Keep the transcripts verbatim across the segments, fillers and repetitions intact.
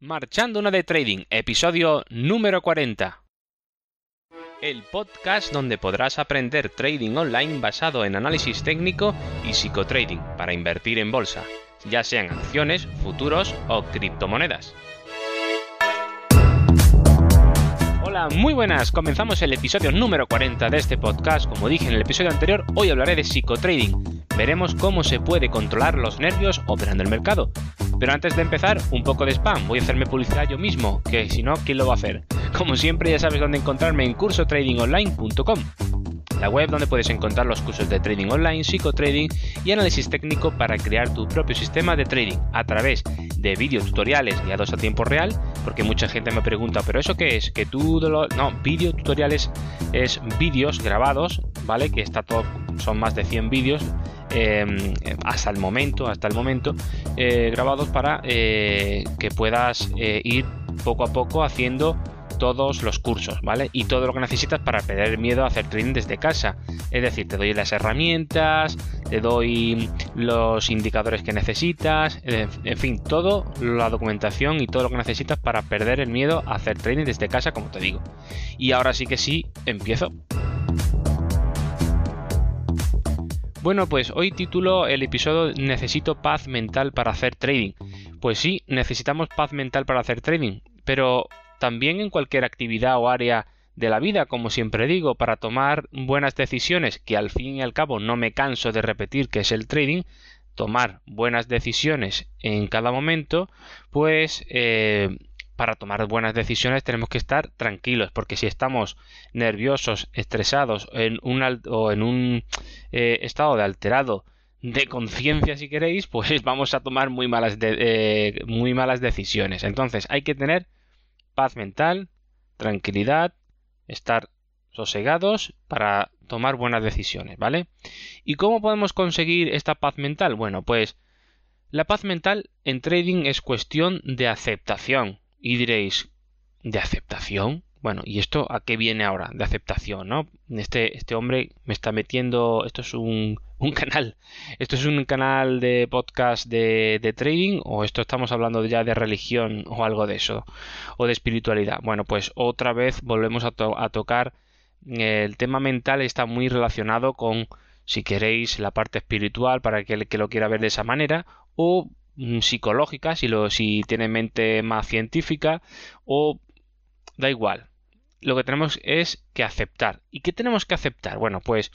Marchando una de Trading, episodio número cuarenta. El podcast donde podrás aprender trading online basado en análisis técnico y psicotrading para invertir en bolsa, ya sean acciones, futuros o criptomonedas. Hola, muy buenas, comenzamos el episodio número cuarenta de este podcast. Como dije en el episodio anterior, hoy hablaré de psicotrading. Veremos cómo se puede controlar los nervios operando el mercado. Pero antes de empezar, un poco de spam. Voy a hacerme publicidad yo mismo, que si no, ¿quién lo va a hacer? Como siempre, ya sabes dónde encontrarme en curso trading online punto com, la web donde puedes encontrar los cursos de trading online, psicotrading y análisis técnico para crear tu propio sistema de trading a través de videotutoriales guiados a tiempo real, porque mucha gente me pregunta, ¿pero eso qué es? Que tú lo... No, videotutoriales es vídeos grabados, ¿vale? Que está todo, son más de cien vídeos eh, hasta el momento, hasta el momento eh, grabados para eh, que puedas eh, ir poco a poco haciendo todos los cursos, ¿vale? Y todo lo que necesitas para perder miedo a hacer trading desde casa. Es decir, te doy las herramientas, te doy los indicadores que necesitas, en fin, toda la documentación y todo lo que necesitas para perder el miedo a hacer trading desde casa, como te digo. Y ahora sí que sí, empiezo. Bueno, pues hoy titulo el episodio ¿Necesito paz mental para hacer trading? Pues sí, necesitamos paz mental para hacer trading, pero también en cualquier actividad o área de la vida, como siempre digo, para tomar buenas decisiones, que al fin y al cabo no me canso de repetir que es el trading, tomar buenas decisiones en cada momento, pues eh, para tomar buenas decisiones tenemos que estar tranquilos, porque si estamos nerviosos, estresados en un, o en un eh, estado de alterado de conciencia, si queréis, pues vamos a tomar muy malas, de, eh, muy malas decisiones. Entonces hay que tener paz mental, tranquilidad, estar sosegados para tomar buenas decisiones, ¿vale? ¿Y cómo podemos conseguir esta paz mental? Bueno, pues la paz mental en trading es cuestión de aceptación. Y diréis, ¿de aceptación? Bueno, ¿y esto a qué viene ahora? De aceptación, ¿no? Este, este hombre me está metiendo... Esto es un, un canal. ¿Esto es un canal de podcast de, de trading? ¿O esto estamos hablando ya de religión o algo de eso? ¿O de espiritualidad? Bueno, pues otra vez volvemos a, to- a tocar... El tema mental está muy relacionado con, si queréis, la parte espiritual para aquel que lo quiera ver de esa manera, o psicológica, si, lo, si tiene mente más científica, o da igual. Lo que tenemos es que aceptar. ¿Y qué tenemos que aceptar? Bueno, pues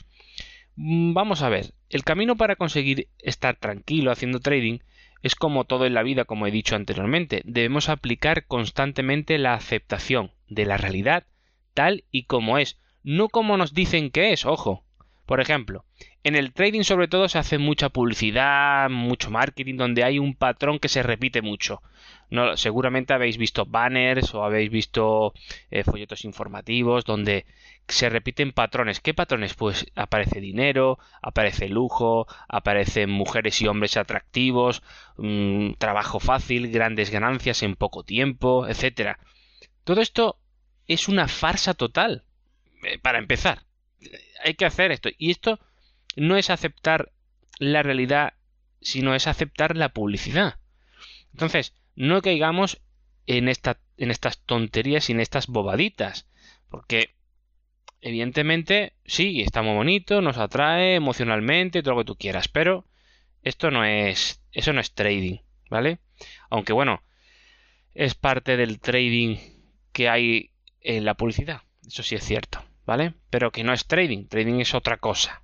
vamos a ver. El camino para conseguir estar tranquilo haciendo trading es como todo en la vida, como he dicho anteriormente. Debemos aplicar constantemente la aceptación de la realidad tal y como es, no como nos dicen que es, ojo. Por ejemplo, en el trading sobre todo se hace mucha publicidad, mucho marketing, donde hay un patrón que se repite mucho. No, seguramente habéis visto banners o habéis visto eh, folletos informativos donde se repiten patrones. ¿Qué patrones? Pues aparece dinero, aparece lujo, aparecen mujeres y hombres atractivos, mmm, trabajo fácil, grandes ganancias en poco tiempo, etcétera. Todo esto es una farsa total, eh, para empezar. Hay que hacer esto. Y esto no es aceptar la realidad, sino es aceptar la publicidad. Entonces, no caigamos en, esta, en estas tonterías y en estas bobaditas. Porque, evidentemente, sí, está muy bonito, nos atrae emocionalmente, todo lo que tú quieras. Pero esto no es, eso no es trading, ¿vale? Aunque bueno, es parte del trading que hay en la publicidad. Eso sí es cierto, ¿vale? Pero que no es trading. Trading es otra cosa.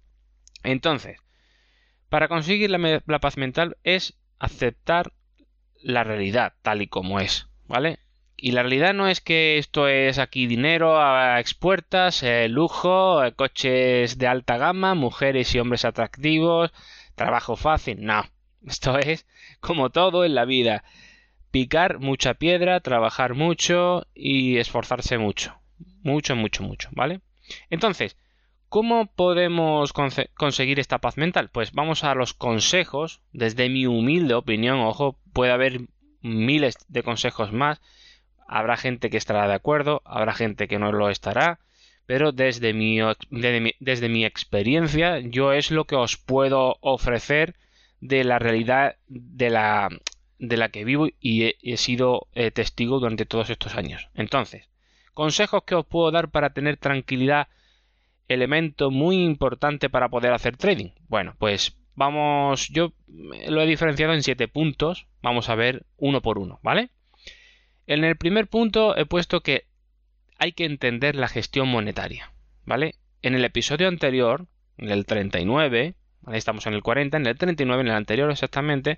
Entonces, para conseguir la, la paz mental es aceptar la realidad tal y como es, ¿vale? Y la realidad no es que esto es aquí dinero a expuertas, eh, lujo, eh, coches de alta gama, mujeres y hombres atractivos, trabajo fácil. No, esto es como todo en la vida. Picar mucha piedra, trabajar mucho y esforzarse mucho. Mucho, mucho, mucho, ¿vale? Entonces, ¿cómo podemos conce- conseguir esta paz mental? Pues vamos a los consejos. Desde mi humilde opinión, ojo, puede haber miles de consejos más. Habrá gente que estará de acuerdo, habrá gente que no lo estará, pero desde mi, desde mi, desde mi experiencia, yo es lo que os puedo ofrecer de la realidad de la de la que vivo y he, he sido eh, testigo durante todos estos años. Entonces, consejos que os puedo dar para tener tranquilidad, elemento muy importante para poder hacer trading. Bueno, pues vamos, yo lo he diferenciado en siete puntos, vamos a ver uno por uno, ¿vale? En el primer punto he puesto que hay que entender la gestión monetaria, ¿vale? En el episodio anterior, en el treinta y nueve, ¿vale? Estamos en el cuarenta, en el treinta y nueve, en el anterior exactamente,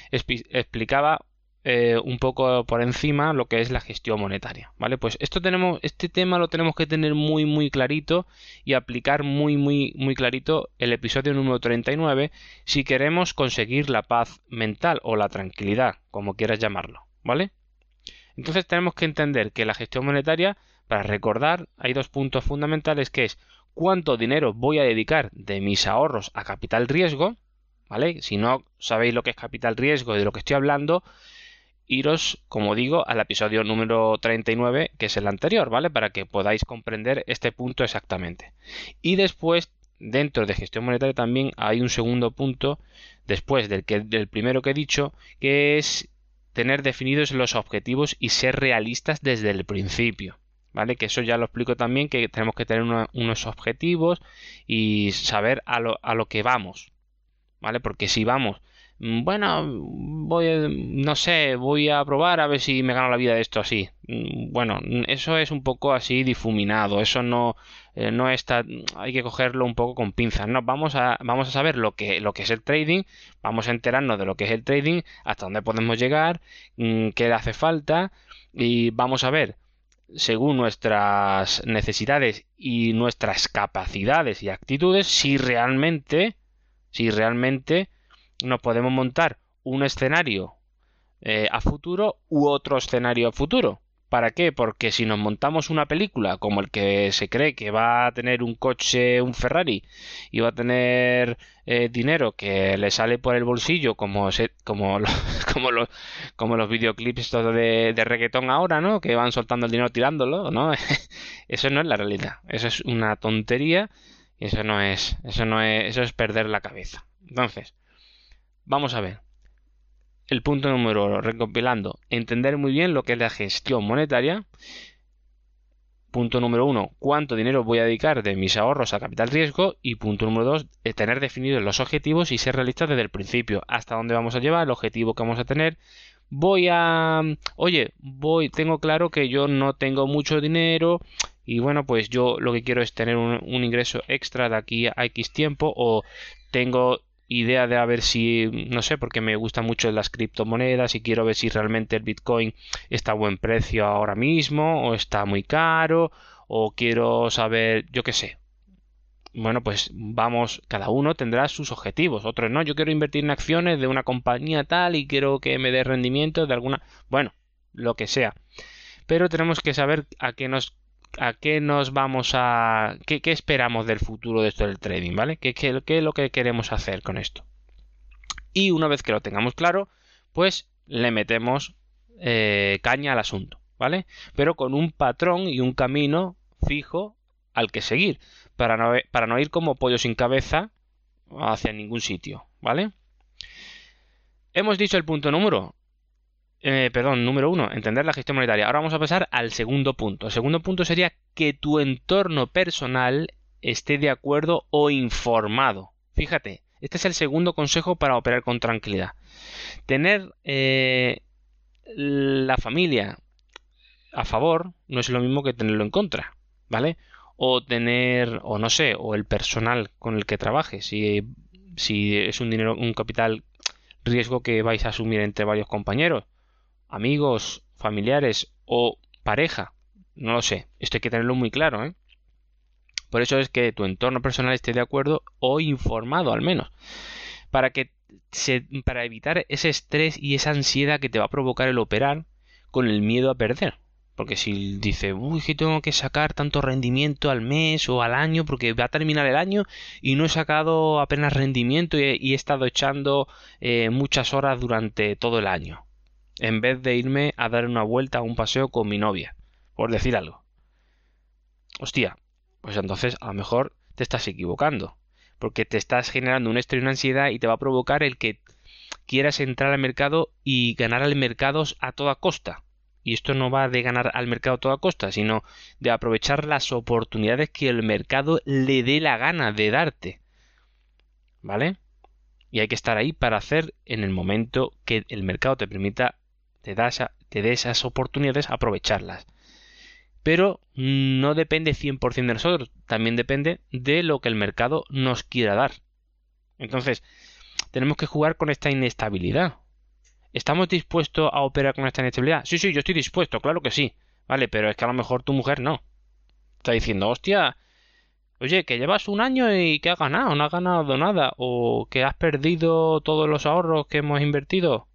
explicaba eh, un poco por encima lo que es la gestión monetaria, ¿vale? Pues esto tenemos, este tema lo tenemos que tener muy muy clarito y aplicar muy muy muy clarito el episodio número treinta y nueve si queremos conseguir la paz mental o la tranquilidad, como quieras llamarlo, ¿vale? Entonces tenemos que entender que la gestión monetaria, para recordar, hay dos puntos fundamentales, que es cuánto dinero voy a dedicar de mis ahorros a capital riesgo, ¿vale? Si no sabéis lo que es capital riesgo y de lo que estoy hablando, iros, como digo, al episodio número treinta y nueve, que es el anterior, ¿vale? Para que podáis comprender este punto exactamente. Y después, dentro de gestión monetaria también hay un segundo punto, después del, que, del primero que he dicho, que es tener definidos los objetivos y ser realistas desde el principio, ¿vale? Que eso ya lo explico también, que tenemos que tener una, unos objetivos y saber a lo, a lo que vamos, ¿vale? Porque si vamos, bueno, voy, no sé, voy a probar a ver si me gano la vida de esto así. Bueno, eso es un poco así difuminado, eso no, eh, no está, hay que cogerlo un poco con pinzas, ¿no? Vamos a, vamos a saber lo que, lo que es el trading, vamos a enterarnos de lo que es el trading, hasta dónde podemos llegar, qué le hace falta, y vamos a ver, según nuestras necesidades y nuestras capacidades y actitudes, si realmente, si realmente nos podemos montar un escenario eh, a futuro u otro escenario a futuro. ¿Para qué? Porque si nos montamos una película como el que se cree que va a tener un coche, un Ferrari, y va a tener eh, dinero que le sale por el bolsillo, como se, como, lo, como, los, como los videoclips estos de, de reggaetón ahora, ¿no? Que van soltando el dinero tirándolo, ¿no? Eso no es la realidad. Eso es una tontería y eso no es, eso no es, eso es perder la cabeza. Entonces, vamos a ver. El punto número, recopilando, entender muy bien lo que es la gestión monetaria. Punto número uno, cuánto dinero voy a dedicar de mis ahorros a capital riesgo. Y punto número dos, tener definidos los objetivos y ser realistas desde el principio. Hasta dónde vamos a llevar, el objetivo que vamos a tener. Voy a... Oye, voy, tengo claro que yo no tengo mucho dinero y bueno, pues yo lo que quiero es tener un, un ingreso extra de aquí a X tiempo, o tengo idea de a ver si, no sé, porque me gustan mucho las criptomonedas y quiero ver si realmente el Bitcoin está a buen precio ahora mismo o está muy caro, o quiero saber, yo qué sé. Bueno, pues vamos, cada uno tendrá sus objetivos, otros no, yo quiero invertir en acciones de una compañía tal y quiero que me dé rendimiento de alguna, bueno, lo que sea. Pero tenemos que saber a qué nos a qué nos vamos a... ¿Qué, qué esperamos del futuro de esto del trading, ¿vale? ¿Qué, qué, qué es lo que queremos hacer con esto? Y una vez que lo tengamos claro, pues le metemos eh, caña al asunto, ¿vale? Pero con un patrón y un camino fijo al que seguir, para no, para no ir como pollo sin cabeza hacia ningún sitio, ¿vale? Hemos dicho el punto número... Eh, perdón, número uno, entender la gestión monetaria. Ahora vamos a pasar al segundo punto. El segundo punto sería que tu entorno personal esté de acuerdo o informado. Fíjate, este es el segundo consejo para operar con tranquilidad. Tener eh, la familia a favor no es lo mismo que tenerlo en contra, ¿vale? O tener, o no sé, o el personal con el que trabajes. Si, si es un dinero, un capital riesgo que vais a asumir entre varios compañeros, amigos, familiares o pareja, no lo sé, esto hay que tenerlo muy claro, ¿eh? Por eso es que tu entorno personal esté de acuerdo o informado al menos, para que se, para evitar ese estrés y esa ansiedad que te va a provocar el operar con el miedo a perder. Porque si dice, uy, que tengo que sacar tanto rendimiento al mes o al año porque va a terminar el año y no he sacado apenas rendimiento y he, y he estado echando eh, muchas horas durante todo el año, en vez de irme a dar una vuelta a un paseo con mi novia, por decir algo. Hostia, pues entonces a lo mejor te estás equivocando, porque te estás generando un estrés y una ansiedad y te va a provocar el que, quieras entrar al mercado y ganar al mercado a toda costa. Y esto no va de ganar al mercado a toda costa, sino de aprovechar las oportunidades que el mercado le dé la gana de darte. ¿Vale? Y hay que estar ahí para hacer en el momento que el mercado te permita, te, da esa, te dé esas oportunidades, aprovecharlas. Pero no depende cien por ciento de nosotros, también depende de lo que el mercado nos quiera dar. Entonces, tenemos que jugar con esta inestabilidad. ¿Estamos dispuestos a operar con esta inestabilidad? Sí, sí, yo estoy dispuesto, claro que sí. Vale, pero es que a lo mejor tu mujer no. Está diciendo, hostia, oye, que llevas un año y que has ganado, no has ganado nada. O que has perdido todos los ahorros que hemos invertido.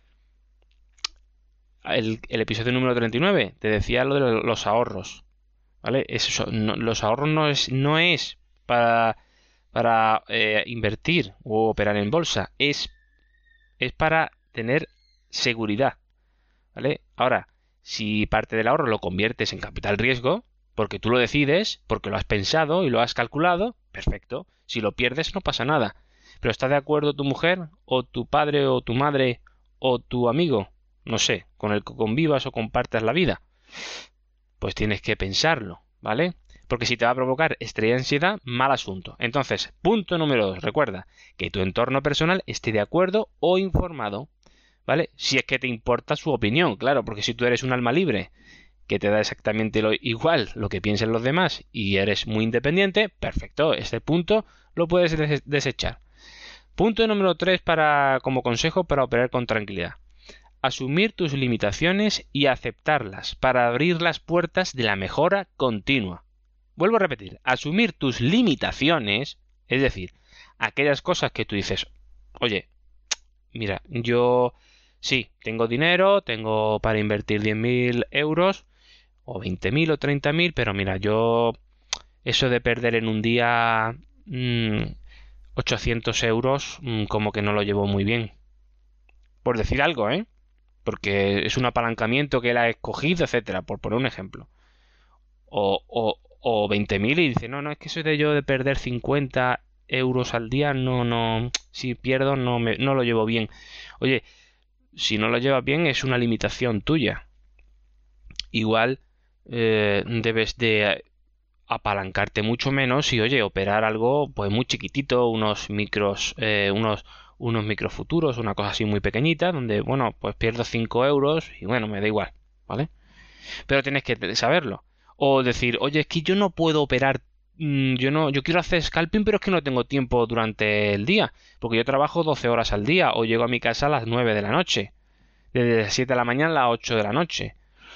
El, el episodio número treinta y nueve te decía lo de los ahorros. ¿Vale? Eso, no, los ahorros no es, no es para, para eh, invertir o operar en bolsa. Es, es para tener seguridad, ¿vale? Ahora, si parte del ahorro lo conviertes en capital riesgo, porque tú lo decides, porque lo has pensado y lo has calculado, perfecto. Si lo pierdes no pasa nada. Pero ¿está de acuerdo tu mujer o tu padre o tu madre o tu amigo? No sé, con el que convivas o compartas la vida. Pues tienes que pensarlo, ¿vale? Porque si te va a provocar estrés y ansiedad, mal asunto. Entonces, punto número dos, recuerda que tu entorno personal esté de acuerdo o informado, ¿vale? Si es que te importa su opinión, claro, porque si tú eres un alma libre que te da exactamente lo igual lo que piensen los demás y eres muy independiente, perfecto, este punto lo puedes des desechar. Punto número tres para, como consejo para operar con tranquilidad. Asumir tus limitaciones y aceptarlas para abrir las puertas de la mejora continua. Vuelvo a repetir, asumir tus limitaciones, es decir, aquellas cosas que tú dices, oye, mira, yo sí, tengo dinero, tengo para invertir diez mil euros, o veinte mil o treinta mil, pero mira, yo eso de perder en un día mmm, ochocientos euros, mmm, como que no lo llevo muy bien. Por decir algo, ¿eh? Porque es un apalancamiento que él ha escogido, etcétera, por poner un ejemplo. O, o, o veinte mil y dice, no, no, es que eso de yo de perder cincuenta euros al día, no, no, si pierdo no, me, no lo llevo bien. Oye, si no lo llevas bien es una limitación tuya. Igual eh, debes de apalancarte mucho menos y, oye, operar algo pues muy chiquitito, unos micros, eh, unos unos microfuturos, una cosa así muy pequeñita, donde, bueno, pues pierdo cinco euros y bueno, me da igual, ¿vale? Pero tienes que saberlo. O decir, oye, es que yo no puedo operar, mmm, yo no, yo quiero hacer scalping, pero es que no tengo tiempo durante el día, porque yo trabajo doce horas al día, o llego a mi casa a las nueve de la noche, desde las siete de la mañana a las ocho de la noche.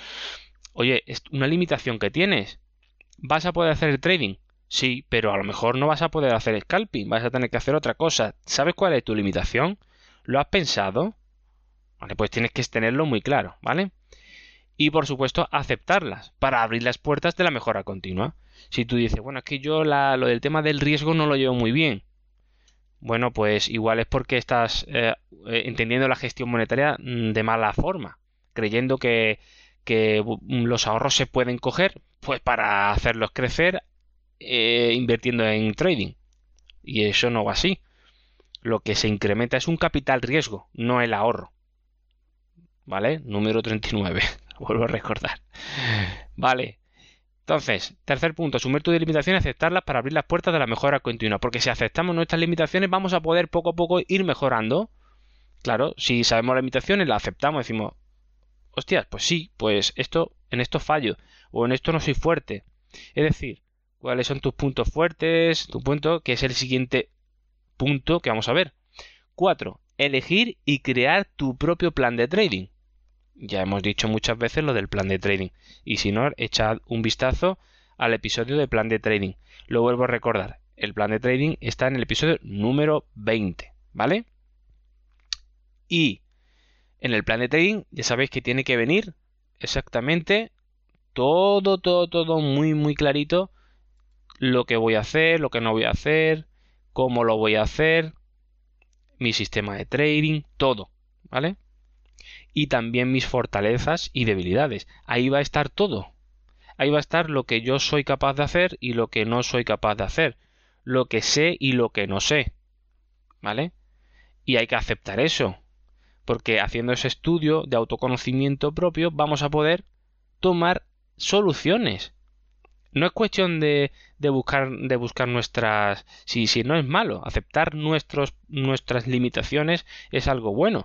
Oye, es una limitación que tienes. ¿Vas a poder hacer el trading? Sí, pero a lo mejor no vas a poder hacer scalping, vas a tener que hacer otra cosa. ¿Sabes cuál es tu limitación? ¿Lo has pensado? Vale, pues tienes que tenerlo muy claro, ¿vale? Y por supuesto aceptarlas para abrir las puertas de la mejora continua. Si tú dices, bueno, es que yo la, lo del tema del riesgo no lo llevo muy bien. Bueno, pues igual es porque estás eh, entendiendo la gestión monetaria de mala forma, creyendo que, que los ahorros se pueden coger pues para hacerlos crecer eh, invirtiendo en trading. Y eso no va así. Lo que se incrementa es un capital riesgo, no el ahorro. ¿Vale? Número treinta y nueve. Vuelvo a recordar. Vale. Entonces, tercer punto, asumir tus limitaciones y aceptarlas para abrir las puertas de la mejora continua. Porque si aceptamos nuestras limitaciones, vamos a poder poco a poco ir mejorando. Claro, si sabemos las limitaciones, las aceptamos, decimos, hostias, pues sí, pues esto, en esto fallo, o en esto no soy fuerte. Es decir, cuáles son tus puntos fuertes, tu punto, que es el siguiente punto que vamos a ver. Cuatro, elegir y crear tu propio plan de trading. Ya hemos dicho muchas veces lo del plan de trading. Y si no, echad un vistazo al episodio de plan de trading. Lo vuelvo a recordar. El plan de trading está en el episodio número veinte. ¿Vale? Y en el plan de trading ya sabéis que tiene que venir exactamente todo, todo, todo muy, muy clarito. Lo que voy a hacer, lo que no voy a hacer, cómo lo voy a hacer, mi sistema de trading, todo. ¿Vale? Y también mis fortalezas y debilidades. Ahí va a estar todo. Ahí va a estar lo que yo soy capaz de hacer y lo que no soy capaz de hacer. Lo que sé y lo que no sé. ¿Vale? Y hay que aceptar eso. porque haciendo ese estudio de autoconocimiento propio vamos a poder tomar soluciones. No es cuestión de, de buscar de buscar nuestras... Si, si no es malo, aceptar nuestros, nuestras limitaciones es algo bueno.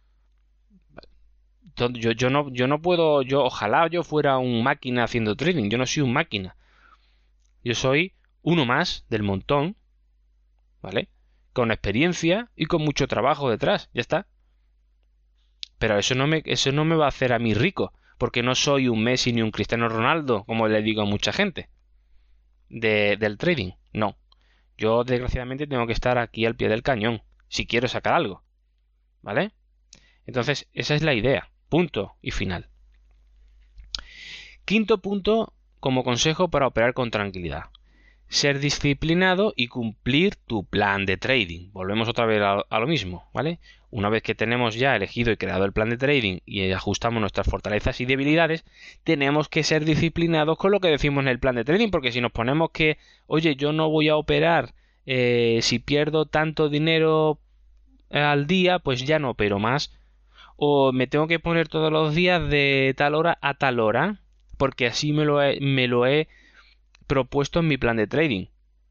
Yo, yo, no, yo no puedo... yo Ojalá yo fuera un máquina haciendo trading. Yo no soy un máquina. Yo soy uno más del montón, ¿vale? Con experiencia y con mucho trabajo detrás. Ya está. Pero eso no me, eso no me va a hacer a mí rico. Porque no soy un Messi ni un Cristiano Ronaldo, como le digo a mucha gente de, del trading. No. Yo, desgraciadamente, tengo que estar aquí al pie del cañón si quiero sacar algo. ¿Vale? Entonces, esa es la idea. Punto y final. Quinto punto, como consejo para operar con tranquilidad. Ser disciplinado y cumplir tu plan de trading. Volvemos otra vez a, a lo mismo, ¿vale? Una vez que tenemos ya elegido y creado el plan de trading y ajustamos nuestras fortalezas y debilidades, tenemos que ser disciplinados con lo que decimos en el plan de trading, porque si nos ponemos que, oye, yo no voy a operar eh, si pierdo tanto dinero al día, pues ya no opero más. O me tengo que poner todos los días de tal hora a tal hora, porque así me lo he, me lo he propuesto en mi plan de trading.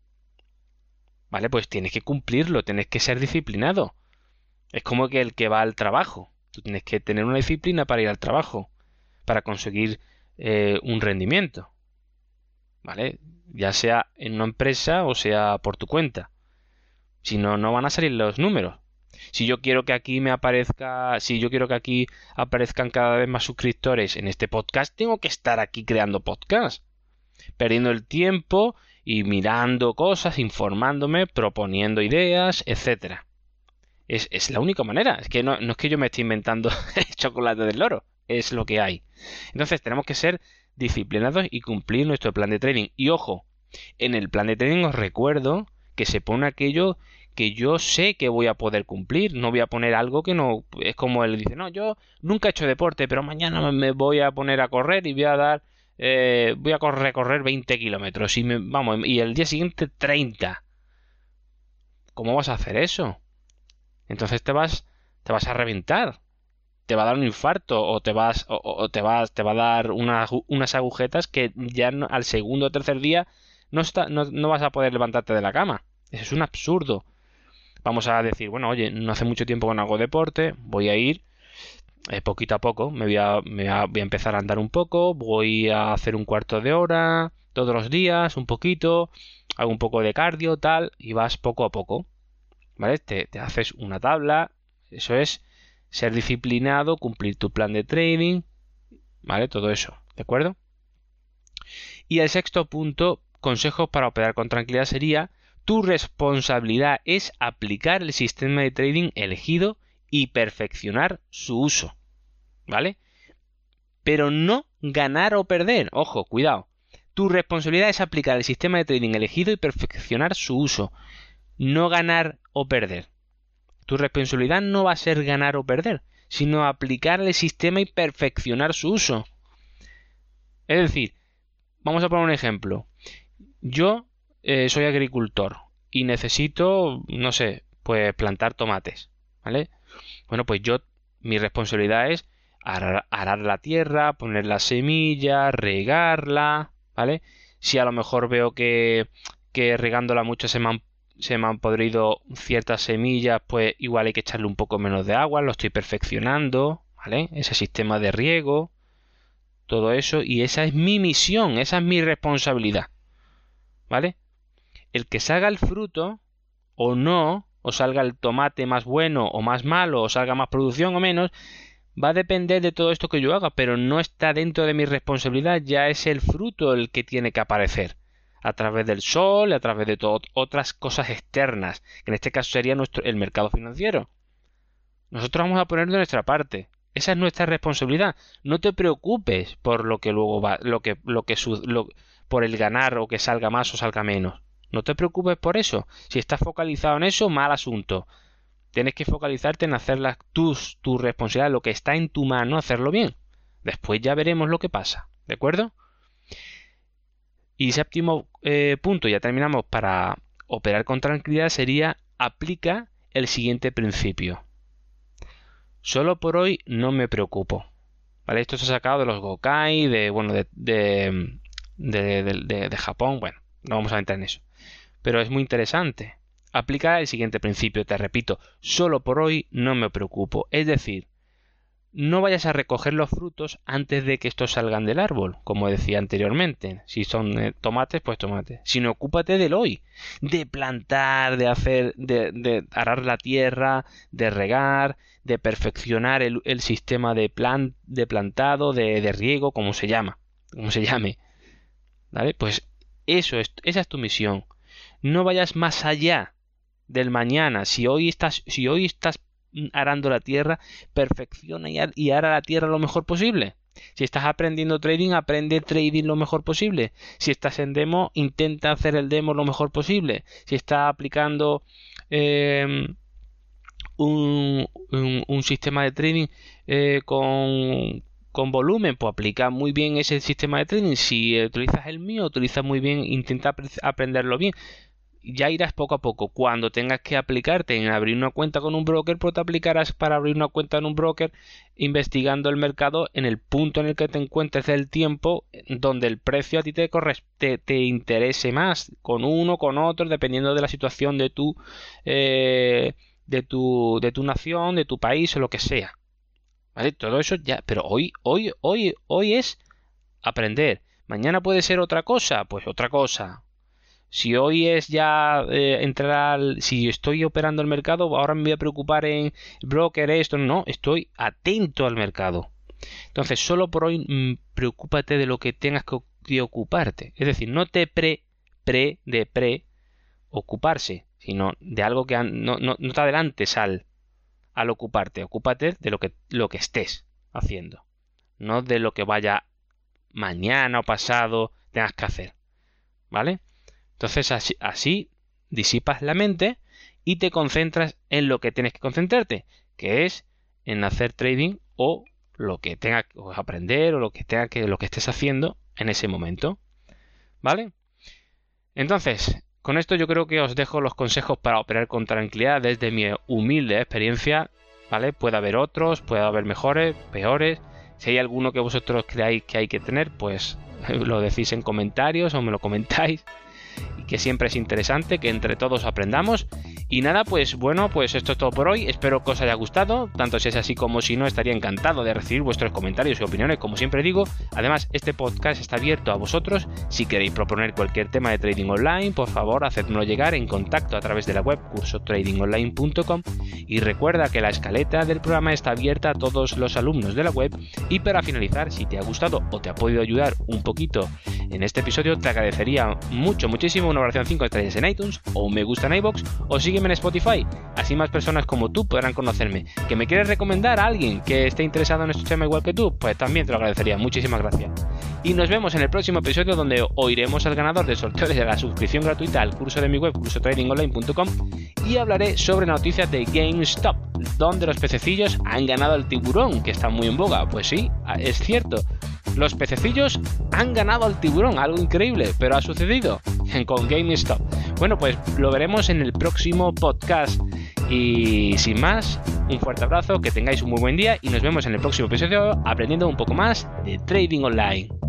Vale, pues tienes que cumplirlo, tienes que ser disciplinado. Es como que el que va al trabajo. Tú tienes que tener una disciplina para ir al trabajo, para conseguir eh, un rendimiento. ¿Vale? Ya sea en una empresa o sea por tu cuenta. Si no, no van a salir los números. Si yo quiero que aquí me aparezca, si yo quiero que aquí aparezcan cada vez más suscriptores en este podcast, tengo que estar aquí creando podcast, perdiendo el tiempo y mirando cosas, informándome, proponiendo ideas, etcétera. Es, es la única manera. Es que no, no es que yo me esté inventando el chocolate del loro, es lo que hay. Entonces tenemos que ser disciplinados y cumplir nuestro plan de trading. Y ojo, en el plan de trading os recuerdo que se pone aquello que yo sé que voy a poder cumplir. No voy a poner algo que no... Es como él dice, no, yo nunca he hecho deporte, pero mañana me voy a poner a correr y voy a dar... Eh, voy a correr, correr veinte kilómetros y me, vamos, y el día siguiente treinta. ¿Cómo vas a hacer eso? Entonces te vas, te vas a reventar. Te va a dar un infarto o te vas, o, o te vas, te va a dar una, unas agujetas que ya no, al segundo o tercer día no, está, no, no vas a poder levantarte de la cama. Eso es un absurdo. Vamos a decir, bueno, oye, no hace mucho tiempo que no hago deporte, voy a ir eh, poquito a poco, me voy a, me voy a, voy a empezar a andar un poco, voy a hacer un cuarto de hora todos los días, un poquito, hago un poco de cardio, tal, y vas poco a poco, ¿vale? Te, te haces una tabla, eso es ser disciplinado, cumplir tu plan de trading, ¿vale? Todo eso, ¿de acuerdo? Y el sexto punto, consejos para operar con tranquilidad sería: tu responsabilidad es aplicar el sistema de trading elegido y perfeccionar su uso, ¿vale? Pero no ganar o perder. Ojo, cuidado. Tu responsabilidad es aplicar el sistema de trading elegido y perfeccionar su uso. No ganar o perder. Tu responsabilidad no va a ser ganar o perder, sino aplicar el sistema y perfeccionar su uso. Es decir, vamos a poner un ejemplo. Yo eh, soy agricultor y necesito, no sé, pues plantar tomates, ¿vale? Bueno, pues yo, mi responsabilidad es arar, arar la tierra, poner la semilla, regarla, ¿vale? Si a lo mejor veo que, que regándola mucho se me han, se me han podrido ciertas semillas, pues igual hay que echarle un poco menos de agua, lo estoy perfeccionando, ¿vale? Ese sistema de riego, todo eso, y esa es mi misión, esa es mi responsabilidad, ¿vale? El que salga el fruto o no, o salga el tomate más bueno o más malo, o salga más producción o menos, va a depender de todo esto que yo haga, pero no está dentro de mi responsabilidad, ya es el fruto el que tiene que aparecer, a través del sol, a través de todo, otras cosas externas, que en este caso sería nuestro, el mercado financiero. Nosotros vamos a poner de nuestra parte. Esa es nuestra responsabilidad. No te preocupes por lo que luego va, lo que, lo que lo, por el ganar o que salga más o salga menos. No te preocupes por eso. Si estás focalizado en eso, mal asunto. Tienes que focalizarte en hacer las, tus, tu responsabilidad, lo que está en tu mano, hacerlo bien. Después ya veremos lo que pasa. ¿De acuerdo? Y séptimo eh, punto, ya terminamos, para operar con tranquilidad, sería: aplica el siguiente principio. Solo por hoy no me preocupo. ¿Vale? Esto se ha sacado de los Gokkai, de, bueno, de, de, de, de, de, de Japón. Bueno, no vamos a entrar en eso. Pero es muy interesante. Aplica el siguiente principio, te repito, solo por hoy no me preocupo. Es decir, no vayas a recoger los frutos antes de que estos salgan del árbol, como decía anteriormente. Si son eh, tomates, pues tomates. Sino ocúpate del hoy, de plantar, de hacer, de, de arar la tierra, de regar, de perfeccionar el, el sistema de, plan, de plantado, de, de riego, como se llama, como se llame. ¿Vale? Pues eso es, esa es tu misión. No vayas más allá del mañana. Si hoy estás, si hoy estás arando la tierra, perfecciona y, ar y ara la tierra lo mejor posible. Si estás aprendiendo trading, aprende trading lo mejor posible. Si estás en demo, intenta hacer el demo lo mejor posible. Si estás aplicando eh, un, un, un sistema de trading eh, con, con volumen, pues aplica muy bien ese sistema de trading. Si utilizas el mío, utiliza muy bien, intenta aprenderlo bien. Ya irás poco a poco. Cuando tengas que aplicarte en abrir una cuenta con un broker, pues te aplicarás para abrir una cuenta en un broker investigando el mercado en el punto en el que te encuentres del tiempo, donde el precio a ti te, te, te interese más, con uno, con otro, dependiendo de la situación de tu, eh, de tu, de tu nación, de tu país o lo que sea. ¿Vale? Todo eso ya, pero hoy, hoy, hoy, hoy es aprender. Mañana puede ser otra cosa, pues otra cosa. Si hoy es ya eh, entrar al, si estoy operando el mercado, ahora me voy a preocupar en broker, esto, no, estoy atento al mercado. Entonces, solo por hoy mmm, preocúpate de lo que tengas que, que ocuparte. Es decir, no te pre, pre, de pre, ocuparse, sino de algo que an, no, no, no te adelantes al, al ocuparte. Ocúpate de lo que, lo que estés haciendo, no de lo que vaya mañana o pasado tengas que hacer. ¿Vale? Entonces así, así disipas la mente y te concentras en lo que tienes que concentrarte, que es en hacer trading o lo que tengas que aprender o lo que tenga que lo que estés haciendo en ese momento. ¿Vale? Entonces, con esto yo creo que os dejo los consejos para operar con tranquilidad desde mi humilde experiencia. ¿Vale? Puede haber otros, puede haber mejores, peores. Si hay alguno que vosotros creáis que hay que tener, pues lo decís en comentarios o me lo comentáis. Y que siempre es interesante que entre todos aprendamos. Y nada, pues bueno, pues esto es todo por hoy. Espero que os haya gustado, tanto si es así como si no, estaría encantado de recibir vuestros comentarios y opiniones, como siempre digo. Además, este podcast está abierto a vosotros. Si queréis proponer cualquier tema de trading online, por favor, hacedmelo llegar en contacto a través de la web curso trading online punto com. Y recuerda que la escaleta del programa está abierta a todos los alumnos de la web. Y para finalizar, si te ha gustado o te ha podido ayudar un poquito en este episodio, te agradecería mucho, muchísimo una valoración cinco estrellas en iTunes o un me gusta en iVoox o sígueme en Spotify. Así más personas como tú podrán conocerme. ¿Que me quieres recomendar a alguien que esté interesado en este tema igual que tú? Pues también te lo agradecería. Muchísimas gracias. Y nos vemos en el próximo episodio, donde oiremos al ganador del sorteo de la suscripción gratuita al curso de mi web curso trading online punto com y hablaré sobre noticias de GameStop, donde los pececillos han ganado al tiburón, que está muy en boga. Pues sí, es cierto. Los pececillos han ganado al tiburón, algo increíble, pero ha sucedido con GameStop. Bueno, pues lo veremos en el próximo podcast. Y sin más, un fuerte abrazo, que tengáis un muy buen día y nos vemos en el próximo episodio aprendiendo un poco más de trading online.